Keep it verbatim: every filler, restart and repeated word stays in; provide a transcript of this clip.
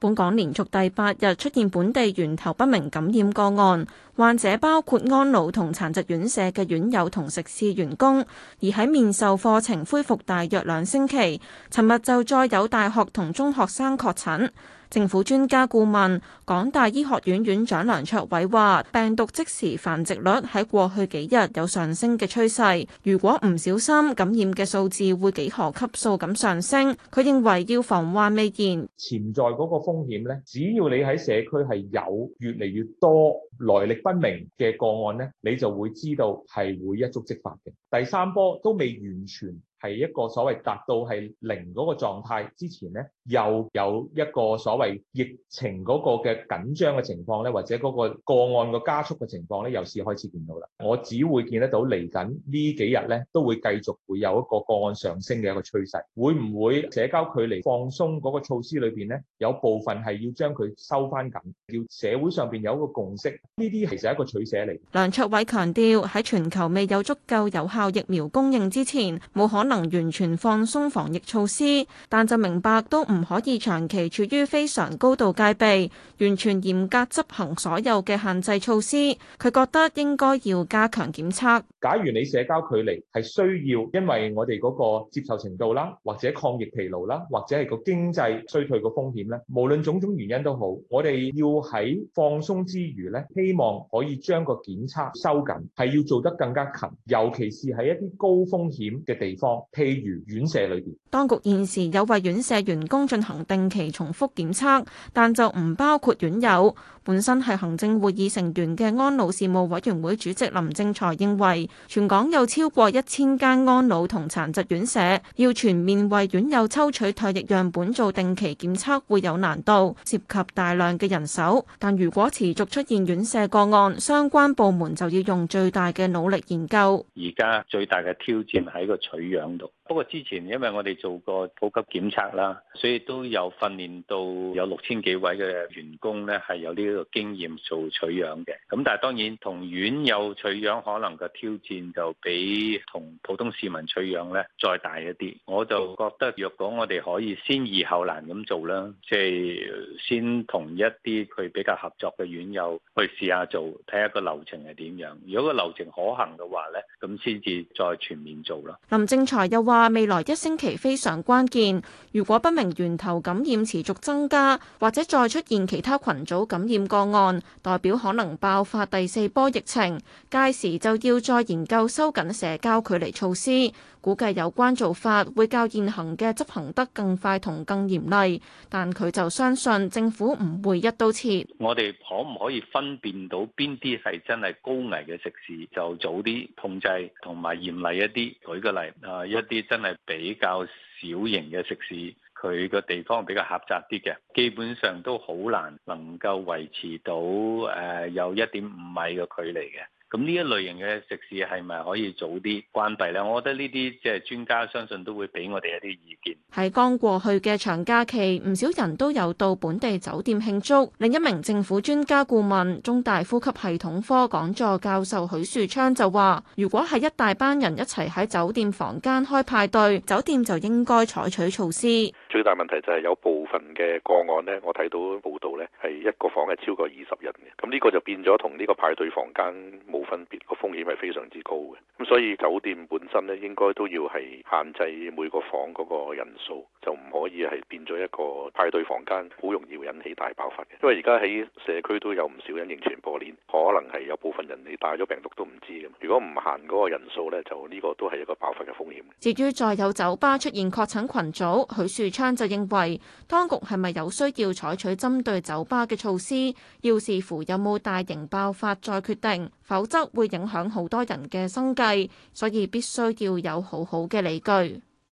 本港連續第八日出現本地源頭不明感染個案，患者包括安老同殘疾院舍嘅院友同食肆員工，而喺面授課程恢復大約兩星期，尋日就再有大學同中學生確診。政府專家顧問、港大醫學院院長梁卓偉話：病毒即時繁殖率喺過去幾日有上升嘅趨勢，如果唔小心，感染嘅數字會幾何級數咁上升。佢認為要防患未然， 潛在嗰個風險咧，只要你喺社區係有越嚟越多來歷不明嘅個案咧，你就會知道係會一觸即發嘅。第三波都未完全係一個所謂達到係零嗰個狀態之前咧，又有一個所謂疫情嗰個嘅緊張嘅情況咧，或者嗰個個案個加速嘅情況咧，又試開始見到啦。我只會見得到嚟緊呢幾日咧，都會繼續會有一個個案上升嘅一個趨勢。會唔會社交距離放鬆嗰個措施裏邊咧，有部分係要將佢收翻緊，要社會上邊有一個共識，呢啲其實係一個取捨嚟。 梁卓偉強調喺全球未有足夠有效疫苗供應之前，冇可能完全放鬆防疫措施，但就明白都唔可以長期處於非常高度戒備，完全嚴格執行所有嘅限制措施。佢覺得應該要加強檢測。 假如你社交距離係需要，因為我哋嗰個接受程度啦，或者抗疫疲勞啦，或者係個經濟衰退個風險咧，無論種種原因都好，我哋要喺放鬆之餘咧，希望可以將個檢測收緊，係要做得更加勤，尤其是喺一啲高風險嘅地方，譬如院舍裏邊。 當局現時有為院舍員工進行定期重複檢測，但就唔包括院友。本身係行政會議成員嘅安老事務委員會主席林正財認為，全港有超過一千間安老同殘疾院舍，要全面為院友抽取唾液樣本做定期檢測會有難度，涉及大量嘅人手。但如果持續出現院舍個案，相關部門就要用最大嘅努力研究。 而家最大嘅挑戰喺個取樣度。不過之前因為我哋做過普及檢測啦，所以都有訓練到有六千幾位嘅員工咧係有呢個經驗做取樣嘅。咁但係當然同院友取樣可能嘅挑戰就比同普通市民取樣咧再大一啲。我就覺得若果我哋可以先易後難咁做啦，即係先同一啲佢比較合作嘅院友去試下做，睇下個流程係點樣。如果個流程可行嘅話咧，咁先至再全面做啦。 林正財又話：話未來一星期非常關鍵，如果不明源頭感染持續增加，或者再出現其他群組感染個案，代表可能爆發第四波疫情，屆時就要再研究收緊社交距離措施。估計有關做法會較現行嘅執行得更快同更嚴厲，但佢就相信政府唔會一刀切。 我哋可唔可以分辨到邊啲係真係高危嘅食肆，就早啲控制同埋嚴厲一啲。舉個例，啊一啲真係比較小型嘅食肆，佢個地方比較狹窄啲嘅，基本上都好難能夠維持到誒有一點五米嘅距離嘅。咁呢一類型嘅食肆係咪可以早啲關閉呢？我覺得呢啲即係專家相信都會俾我哋一啲意見。 喺剛過去嘅長假期，唔少人都有到本地酒店慶祝。另一名政府專家顧問、中大呼吸系統科講座教授許樹昌就話，如果係一大班人一齊喺酒店房間開派對，酒店就應該採取措施。 最大問題就係有部分嘅個案呢，我睇到報道呢係一個房係超過二十人嘅，咁呢個就變咗同呢個派對房間冇分別，個風險係非常之高嘅。咁所以酒店本身呢，應該都要係限制每個房嗰個人數，就唔可以係變咗一個派對房間，好容易會引起大爆發嘅。因為而家喺社區都有唔少隱形傳播鏈，可能係有部分人你帶咗病毒都唔知嘅。如果唔限嗰個人數呢，就呢個都係一個爆發嘅風險。 至於再有酒吧出現確診群組，許樹昌就認為當局係咪有需要採取針對酒吧嘅措施，要視乎有冇大型爆發再決定，否則會影響好多人嘅生計，所以必須要有好好嘅理據。